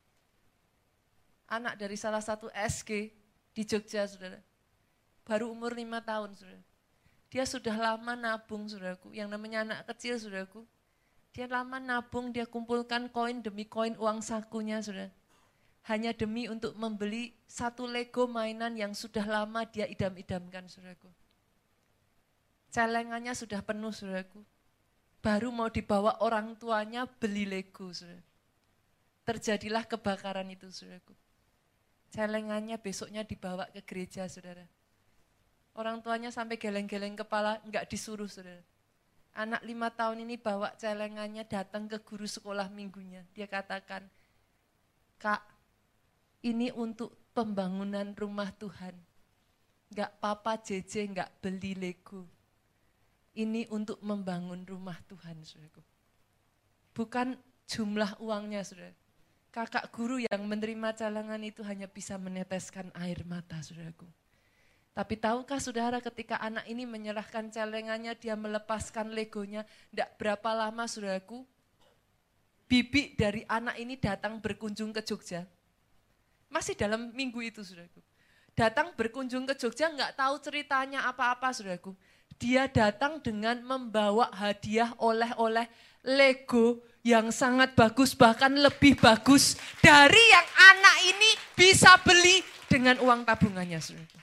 Anak dari salah satu S G di Jogja, saudara. Baru umur lima tahun, saudara. Dia sudah lama nabung, saudaraku. Yang namanya anak kecil, saudaraku. Dia lama nabung, dia kumpulkan koin demi koin uang sakunya, saudara. Hanya demi untuk membeli satu Lego mainan yang sudah lama dia idam-idamkan, saudaraku. Celengannya sudah penuh, saudaraku. Baru mau dibawa orang tuanya beli Lego, saudara. Terjadilah kebakaran itu, saudaraku. Celengannya besoknya dibawa ke gereja, saudara. Orang tuanya sampai geleng-geleng kepala, enggak disuruh, saudara. Anak lima tahun ini bawa celengannya datang ke guru sekolah minggunya. Dia katakan, Kak, ini untuk pembangunan rumah Tuhan. Enggak papa jeje, enggak beli Lego. Ini untuk membangun rumah Tuhan, saudaraku. Bukan jumlah uangnya, saudara. Kakak guru yang menerima celengan itu hanya bisa meneteskan air mata, saudaraku. Tapi tahukah saudara, ketika anak ini menyerahkan celengannya, dia melepaskan Legonya, tidak berapa lama, saudaraku, bibi dari anak ini datang berkunjung ke Jogja. Masih dalam minggu itu, saudaraku. Datang berkunjung ke Jogja, nggak tahu ceritanya apa-apa, saudaraku. Dia datang dengan membawa hadiah oleh-oleh Lego yang sangat bagus, bahkan lebih bagus dari yang anak ini bisa beli dengan uang tabungannya, saudara.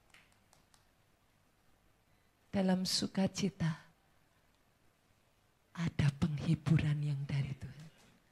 Dalam sukacita ada penghiburan yang dari Tuhan.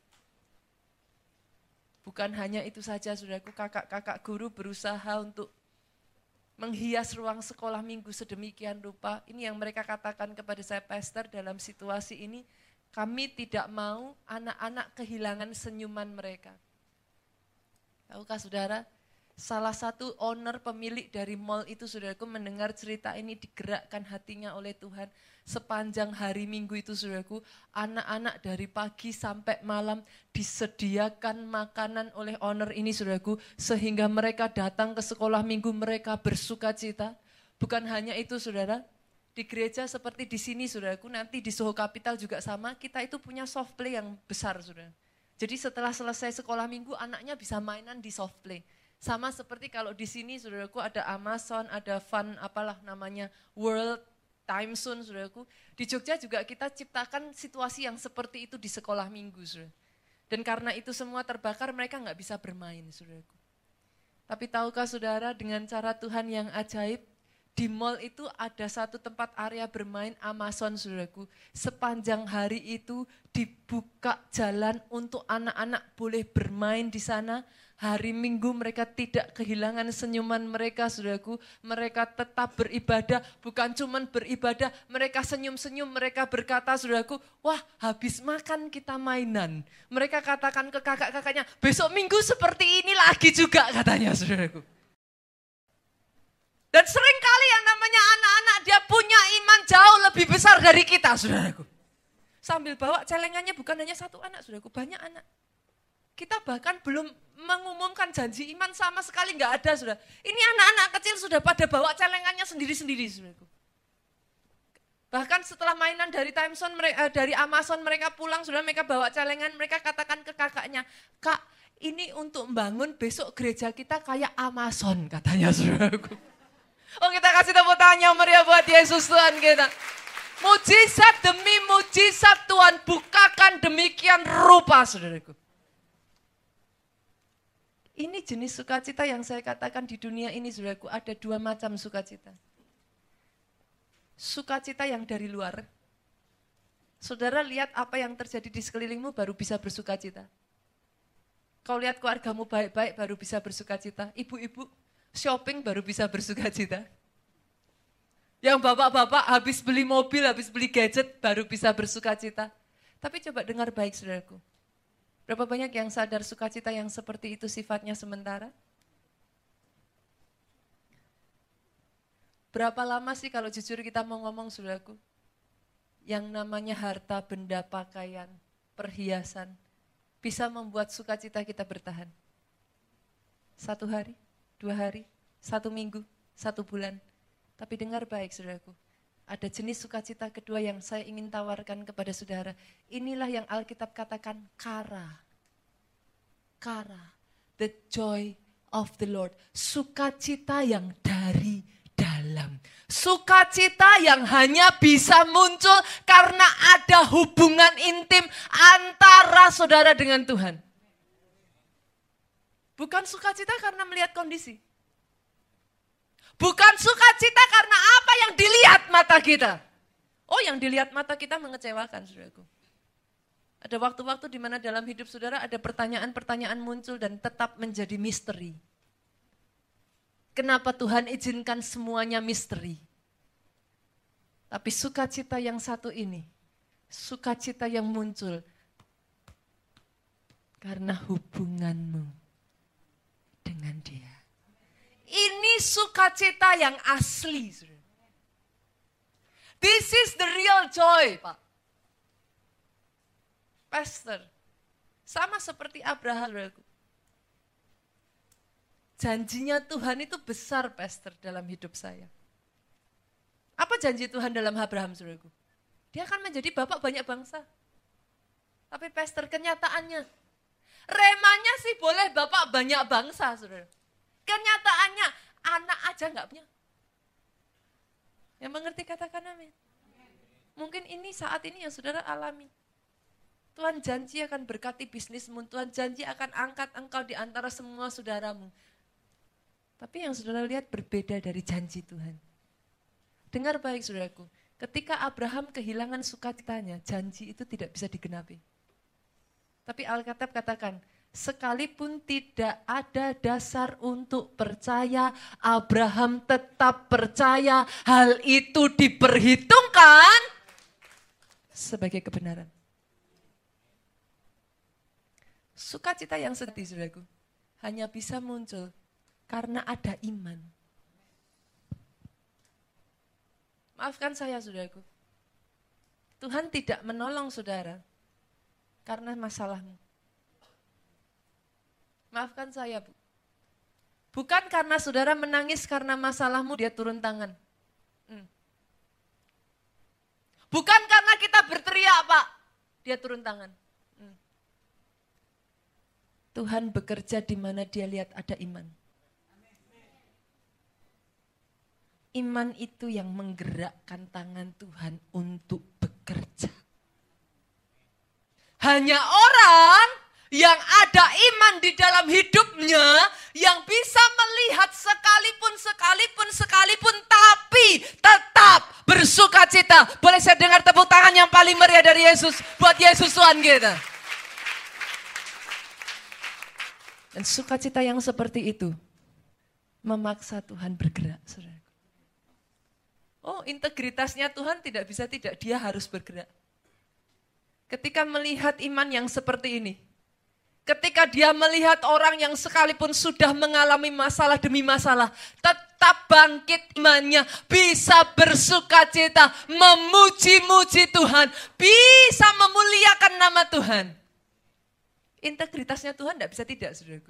Bukan hanya itu saja, saudaraku, kakak-kakak guru berusaha untuk menghias ruang sekolah minggu sedemikian rupa. Ini yang mereka katakan kepada saya, pastor, dalam situasi ini kami tidak mau anak-anak kehilangan senyuman mereka. Tahukah saudara, salah satu owner pemilik dari mall itu, saudaraku, mendengar cerita ini digerakkan hatinya oleh Tuhan. Sepanjang hari Minggu itu, saudaraku, anak-anak dari pagi sampai malam disediakan makanan oleh owner ini, saudaraku, sehingga mereka datang ke sekolah Minggu, mereka bersuka cita. Bukan hanya itu, saudara, di gereja seperti di sini, saudaraku, nanti di Soho Capital juga sama, kita itu punya soft play yang besar, saudara. Jadi setelah selesai sekolah Minggu, anaknya bisa mainan di soft play. Sama seperti kalau di sini, saudaraku, ada Amazon, ada Fun, apalah namanya, World, Time Zone, saudaraku. Di Jogja juga kita ciptakan situasi yang seperti itu di sekolah Minggu, saudara. Dan karena itu semua terbakar, mereka nggak bisa bermain, saudaraku. Tapi tahukah saudara, dengan cara Tuhan yang ajaib, di mall itu ada satu tempat area bermain Amazon, saudaraku. Sepanjang hari itu dibuka jalan untuk anak-anak boleh bermain di sana. Hari Minggu mereka tidak kehilangan senyuman mereka, saudaraku. Mereka tetap beribadah, bukan cuma beribadah, mereka senyum-senyum, mereka berkata, saudaraku, wah habis makan kita mainan. Mereka katakan ke kakak-kakaknya, besok Minggu seperti ini lagi juga, katanya, saudaraku. Dan sering kali yang namanya anak-anak dia punya iman jauh lebih besar dari kita, saudaraku. Sambil bawa celengannya bukan hanya satu anak, saudaraku, banyak anak. Kita bahkan belum mengumumkan janji iman sama sekali nggak ada, saudara. Ini anak-anak kecil sudah pada bawa celengannya sendiri-sendiri, saudaraku. Bahkan setelah mainan dari Timeson, dari Amazon mereka pulang, saudara, mereka bawa celengan, mereka katakan ke kakaknya, Kak, ini untuk membangun besok gereja kita kayak Amazon, katanya, saudaraku. Oh, kita kasih tepuk tangan yang meriah buat Yesus Tuhan kita. Mujizat demi mujizat Tuhan bukakan demikian rupa, saudaraku. Ini jenis sukacita yang saya katakan di dunia ini, saudaraku, ada dua macam sukacita. Sukacita yang dari luar. Saudara lihat apa yang terjadi di sekelilingmu baru bisa bersukacita. Kau lihat keluargamu baik-baik baru bisa bersukacita. Ibu-ibu shopping baru bisa bersukacita. Yang bapak-bapak habis beli mobil, habis beli gadget baru bisa bersukacita. Tapi coba dengar baik, saudaraku. Berapa banyak yang sadar sukacita yang seperti itu sifatnya sementara? Berapa lama sih kalau jujur kita mau ngomong, saudaraku? Yang namanya harta, benda, pakaian, perhiasan, bisa membuat sukacita kita bertahan. Satu hari, dua hari, satu minggu, satu bulan. Tapi dengar baik, saudaraku. Ada jenis sukacita kedua yang saya ingin tawarkan kepada saudara. Inilah yang Alkitab katakan kara. Kara. The joy of the Lord. Sukacita yang dari dalam. Sukacita yang hanya bisa muncul karena ada hubungan intim antara saudara dengan Tuhan. Bukan sukacita karena melihat kondisi. Bukan sukacita karena apa yang dilihat mata kita. Oh, yang dilihat mata kita mengecewakan, saudaraku. Ada waktu-waktu di mana dalam hidup saudara ada pertanyaan-pertanyaan muncul dan tetap menjadi misteri. Kenapa Tuhan izinkan semuanya misteri? Tapi sukacita yang satu ini, sukacita yang muncul karena hubunganmu dengan Dia. Ini sukacita yang asli. This is the real joy, Pak. Pastor, sama seperti Abraham. Janjinya Tuhan itu besar, Pastor, dalam hidup saya. Apa janji Tuhan dalam Abraham, saudaraku? Dia akan menjadi bapak banyak bangsa. Tapi Pastor, kenyataannya, remanya sih boleh bapak banyak bangsa, saudara. Kenyataannya, anak aja enggak punya. Yang mengerti katakan amin. Mungkin ini saat ini yang saudara alami. Tuhan janji akan berkati bisnismu, Tuhan janji akan angkat engkau di antara semua saudaramu. Tapi yang saudara lihat berbeda dari janji Tuhan. Dengar baik, saudaraku, ketika Abraham kehilangan sukacitanya, janji itu tidak bisa digenapi. Tapi Alkitab katakan, sekalipun tidak ada dasar untuk percaya, Abraham tetap percaya hal itu diperhitungkan sebagai kebenaran. Sukacita yang sedih, saudaraku, hanya bisa muncul karena ada iman. Maafkan saya, saudaraku. Tuhan tidak menolong saudara karena masalahmu. Maafkan saya, Bu. Bukan karena saudara menangis karena masalahmu, dia turun tangan. Hmm. Bukan karena kita berteriak, Pak, dia turun tangan. Hmm. Tuhan bekerja di mana dia lihat ada iman. Iman itu yang menggerakkan tangan Tuhan untuk bekerja. Hanya orang yang ada iman di dalam hidupnya, yang bisa melihat sekalipun, sekalipun, sekalipun, tapi tetap bersukacita. Boleh saya dengar tepuk tangan yang paling meriah dari Yesus, buat Yesus Tuhan kita. Dan sukacita yang seperti itu memaksa Tuhan bergerak, saudara. Oh, integritasnya Tuhan tidak bisa tidak, dia harus bergerak. Ketika melihat iman yang seperti ini, Ketika dia melihat orang yang sekalipun sudah mengalami masalah demi masalah, tetap bangkit imannya, bisa bersukacita, memuji-muji Tuhan, bisa memuliakan nama Tuhan. Integritasnya Tuhan tidak bisa tidak, saudaraku.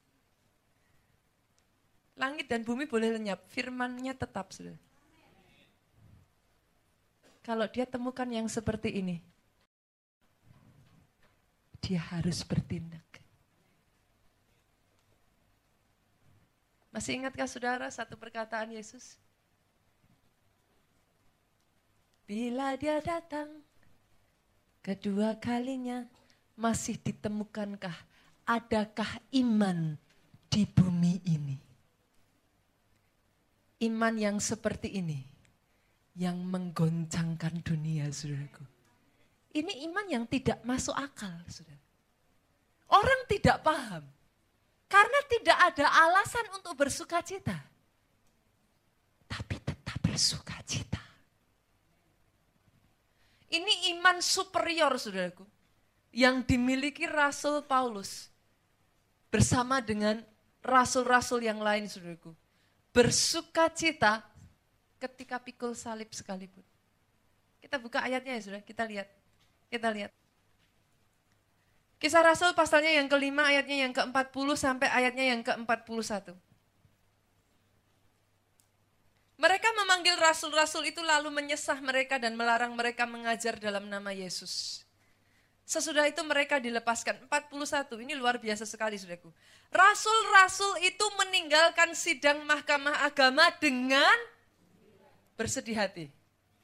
Langit dan bumi boleh lenyap, firman-Nya tetap, saudara. Kalau dia temukan yang seperti ini, dia harus bertindak. Masih ingatkah saudara satu perkataan Yesus? Bila dia datang kedua kalinya, masih ditemukankah, adakah iman di bumi ini? Iman yang seperti ini, yang menggoncangkan dunia, saudaraku. Ini iman yang tidak masuk akal, saudara. Orang tidak paham. Karena tidak ada alasan untuk bersukacita. Tapi tetap bersukacita. Ini iman superior, saudaraku. Yang dimiliki Rasul Paulus. Bersama dengan rasul-rasul yang lain, saudaraku. Bersukacita ketika pikul salib sekalipun. Kita buka ayatnya ya, saudara. Kita lihat. Kita lihat. Kisah Rasul pasalnya yang kelima, ayatnya yang keempat puluh sampai ayatnya yang keempat puluh satu. Mereka memanggil rasul-rasul itu lalu menyesah mereka dan melarang mereka mengajar dalam nama Yesus. Sesudah itu mereka dilepaskan. empat puluh satu, ini luar biasa sekali, saudaraku. Rasul-rasul itu meninggalkan sidang mahkamah agama dengan bersedih hati.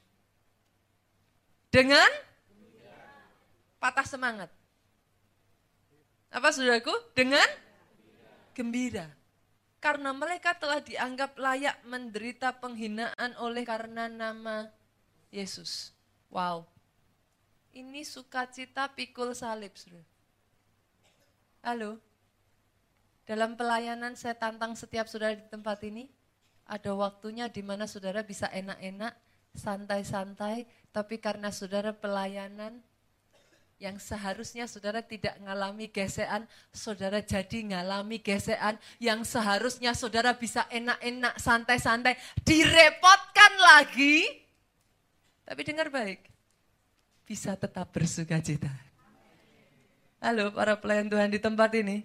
Dengan patah semangat. Apa saudaraku? Dengan gembira. Karena mereka telah dianggap layak menderita penghinaan oleh karena nama Yesus. Wow. Ini sukacita pikul salib, saudara. Halo. Dalam pelayanan saya tantang setiap saudara di tempat ini, ada waktunya di mana saudara bisa enak-enak, santai-santai, tapi karena saudara pelayanan, yang seharusnya saudara tidak ngalami gesekan, saudara jadi ngalami gesekan. Yang seharusnya saudara bisa enak-enak, santai-santai, direpotkan lagi. Tapi dengar baik, bisa tetap bersukacita. Halo para pelayan Tuhan di tempat ini.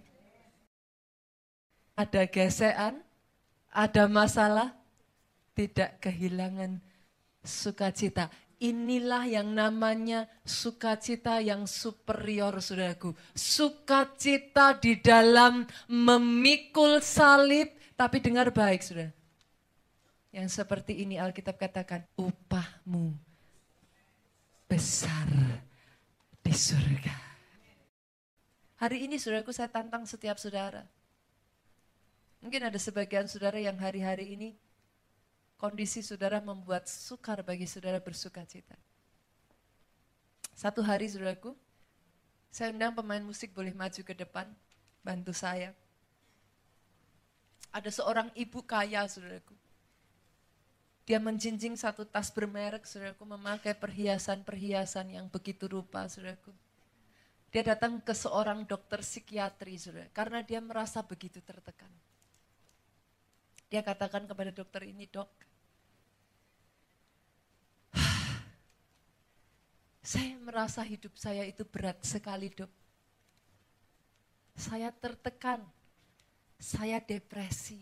Ada gesekan, ada masalah, tidak kehilangan sukacita. Inilah yang namanya sukacita yang superior, saudaraku. Sukacita di dalam memikul salib, tapi dengar baik, saudara. Yang seperti ini Alkitab katakan, upahmu besar di surga. Hari ini, saudaraku, saya tantang setiap saudara. Mungkin ada sebagian saudara yang hari-hari ini kondisi saudara membuat sukar bagi saudara bersukacita. Satu hari, saudaraku, saya undang pemain musik boleh maju ke depan, bantu saya. Ada seorang ibu kaya, saudaraku. Dia menjinjing satu tas bermerek, saudaraku, memakai perhiasan-perhiasan yang begitu rupa, saudaraku. Dia datang ke seorang dokter psikiatri, saudara, karena dia merasa begitu tertekan. Dia katakan kepada dokter ini, dok, saya merasa hidup saya itu berat sekali, dok. Saya tertekan, saya depresi.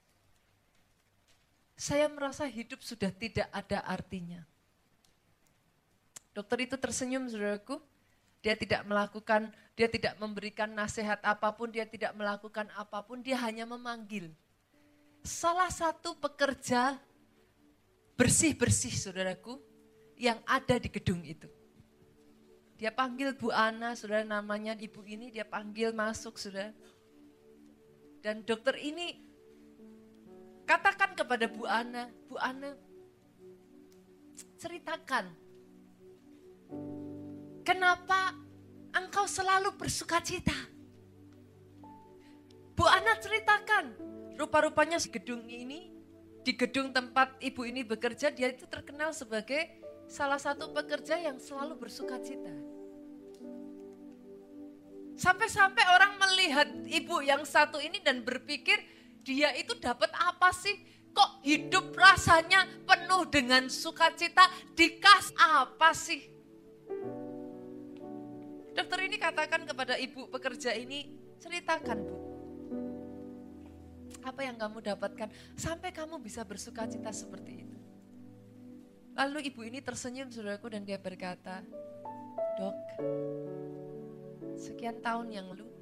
Saya merasa hidup sudah tidak ada artinya. Dokter itu tersenyum, saudaraku. Dia tidak melakukan, dia tidak memberikan nasihat apapun, dia tidak melakukan apapun, dia hanya memanggil. Salah satu pekerja bersih-bersih, saudaraku, yang ada di gedung itu. Dia panggil Bu Ana, saudara, namanya ibu ini, dia panggil masuk, saudara. Dan dokter ini katakan kepada Bu Ana, Bu Ana, ceritakan, kenapa engkau selalu bersukacita? Bu Ana ceritakan, rupa-rupanya di gedung ini, di gedung tempat ibu ini bekerja, dia itu terkenal sebagai salah satu pekerja yang selalu bersukacita. Sampai-sampai orang melihat ibu yang satu ini dan berpikir, dia itu dapat apa sih? Kok hidup rasanya penuh dengan sukacita, dikasih apa sih? Dokter ini katakan kepada ibu pekerja ini, ceritakan Bu. Apa yang kamu dapatkan sampai kamu bisa bersukacita seperti itu? Lalu ibu ini tersenyum saudaraku dan dia berkata, Dok, sekian tahun yang lalu,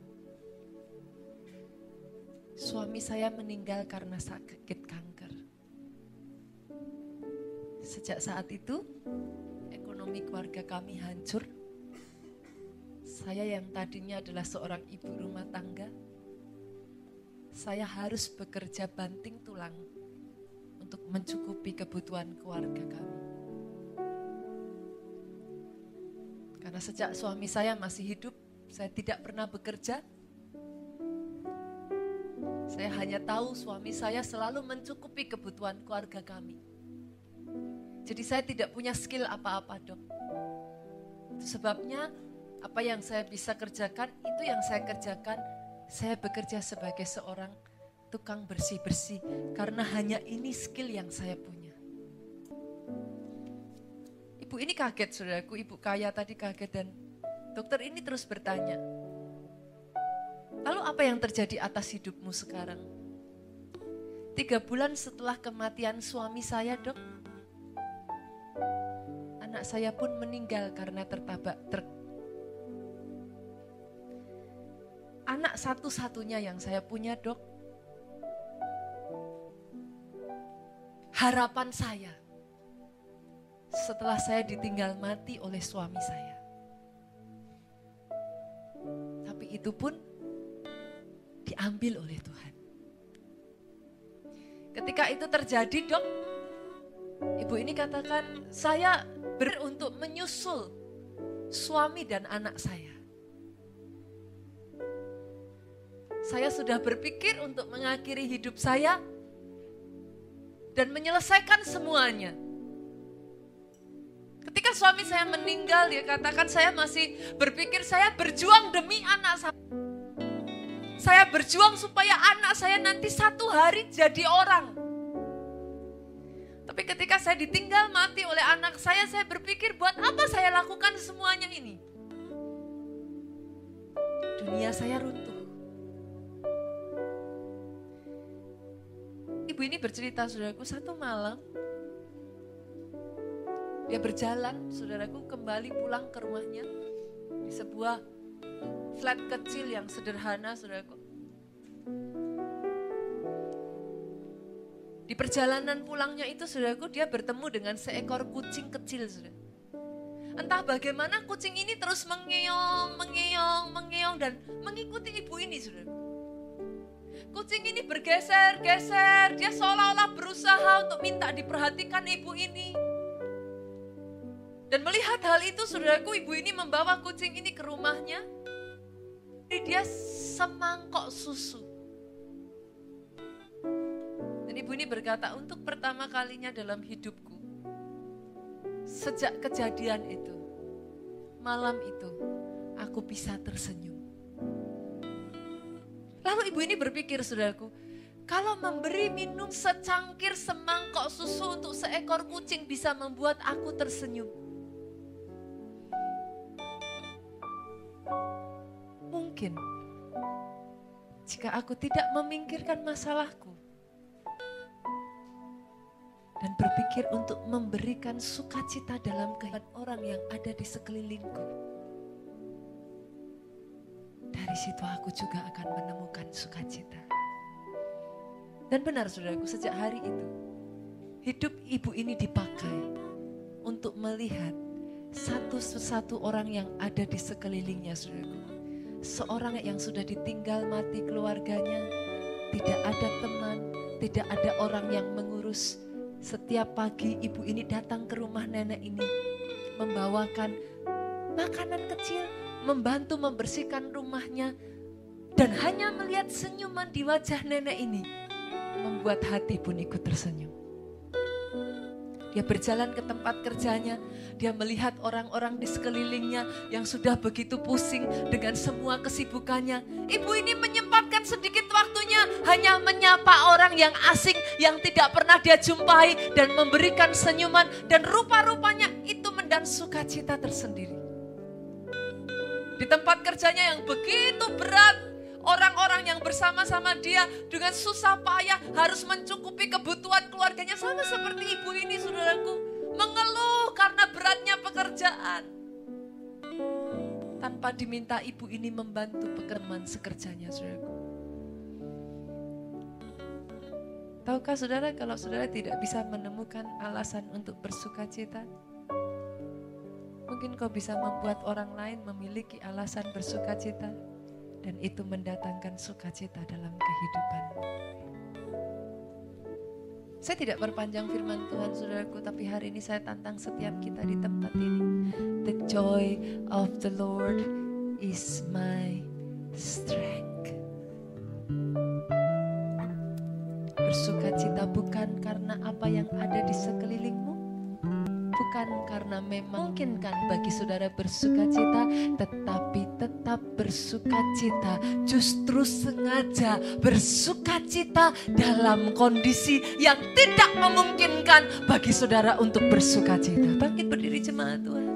suami saya meninggal karena sakit kanker. Sejak saat itu, ekonomi keluarga kami hancur. Saya yang tadinya adalah seorang ibu rumah tangga, saya harus bekerja banting tulang untuk mencukupi kebutuhan keluarga kami. Karena sejak suami saya masih hidup, saya tidak pernah bekerja. Saya hanya tahu suami saya selalu mencukupi kebutuhan keluarga kami. Jadi saya tidak punya skill apa-apa, Dok. Itu sebabnya apa yang saya bisa kerjakan, itu yang saya kerjakan. Saya bekerja sebagai seorang tukang bersih-bersih. Karena hanya ini skill yang saya punya. Ibu ini kaget, saudaraku. Ibu kaya tadi kaget dan dokter ini terus bertanya, lalu apa yang terjadi atas hidupmu sekarang? Tiga bulan setelah kematian suami saya, Dok, anak saya pun meninggal karena tertabrak truk. Anak satu-satunya yang saya punya, Dok. Harapan saya setelah saya ditinggal mati oleh suami saya. Tapi itu pun diambil oleh Tuhan. Ketika itu terjadi, Dok, ibu ini katakan, saya ber untuk menyusul suami dan anak saya. Saya sudah berpikir untuk mengakhiri hidup saya dan menyelesaikan semuanya. Ketika suami saya meninggal, dia katakan saya masih berpikir saya berjuang demi anak saya. Saya berjuang supaya anak saya nanti satu hari jadi orang. Tapi ketika saya ditinggal mati oleh anak saya, saya berpikir buat apa saya lakukan semuanya ini? Dunia saya runtuh. Ibu ini bercerita, saudaraku, satu malam dia berjalan, saudaraku, kembali pulang ke rumahnya di sebuah flat kecil yang sederhana, saudaraku. Di perjalanan pulangnya itu, saudaraku, dia bertemu dengan seekor kucing kecil, saudara. Entah bagaimana kucing ini terus mengeong, mengeong, mengeong dan mengikuti ibu ini, saudaraku. Kucing ini bergeser-geser, dia seolah-olah berusaha untuk minta diperhatikan ibu ini. Dan melihat hal itu, saudaraku, ibu ini membawa kucing ini ke rumahnya. Dia semangkok susu. Dan ibu ini berkata, untuk pertama kalinya dalam hidupku, sejak kejadian itu, malam itu, aku bisa tersenyum. Lalu ibu ini berpikir, saudaraku, kalau memberi minum secangkir semangkok susu untuk seekor kucing bisa membuat aku tersenyum. Mungkin jika aku tidak memikirkan masalahku dan berpikir untuk memberikan sukacita dalam kehidupan orang yang ada di sekelilingku, dari situ aku juga akan menemukan sukacita. Dan benar, saudaraku, sejak hari itu hidup ibu ini dipakai untuk melihat satu-satu orang yang ada di sekelilingnya, saudaraku. Seorang yang sudah ditinggal mati keluarganya, tidak ada teman, tidak ada orang yang mengurus. Setiap pagi ibu ini datang ke rumah nenek ini, membawakan makanan kecil, membantu membersihkan rumahnya, dan hanya melihat senyuman di wajah nenek ini, membuat hati pun ikut tersenyum. Dia berjalan ke tempat kerjanya, dia melihat orang-orang di sekelilingnya yang sudah begitu pusing dengan semua kesibukannya. Ibu ini menyempatkan sedikit waktunya hanya menyapa orang yang asing yang tidak pernah dia jumpai dan memberikan senyuman, dan rupa-rupanya itu mendan sukacita tersendiri. Di tempat kerjanya yang begitu berat, orang-orang yang bersama-sama dia dengan susah payah harus mencukupi kebutuhan keluarganya, sama seperti ibu ini, saudaraku, mengeluh karena beratnya pekerjaan. Tanpa diminta, ibu ini membantu pekerjaan sekerjanya, saudaraku. Tahukah saudara kalau saudara tidak bisa menemukan alasan untuk bersukacita? Mungkin kau bisa membuat orang lain memiliki alasan bersukacita. Dan itu mendatangkan sukacita dalam kehidupanmu. Saya tidak perpanjang firman Tuhan, saudaraku, tapi hari ini saya tantang setiap kita di tempat ini. The joy of the Lord is my strength. Bersukacita bukan karena apa yang ada di sekelilingmu, bukan karena memang mungkinkan bagi saudara bersukacita, tetapi tetap bersukacita, justru sengaja bersukacita dalam kondisi yang tidak memungkinkan bagi saudara untuk bersukacita. Bangkit berdiri jemaat Tuhan.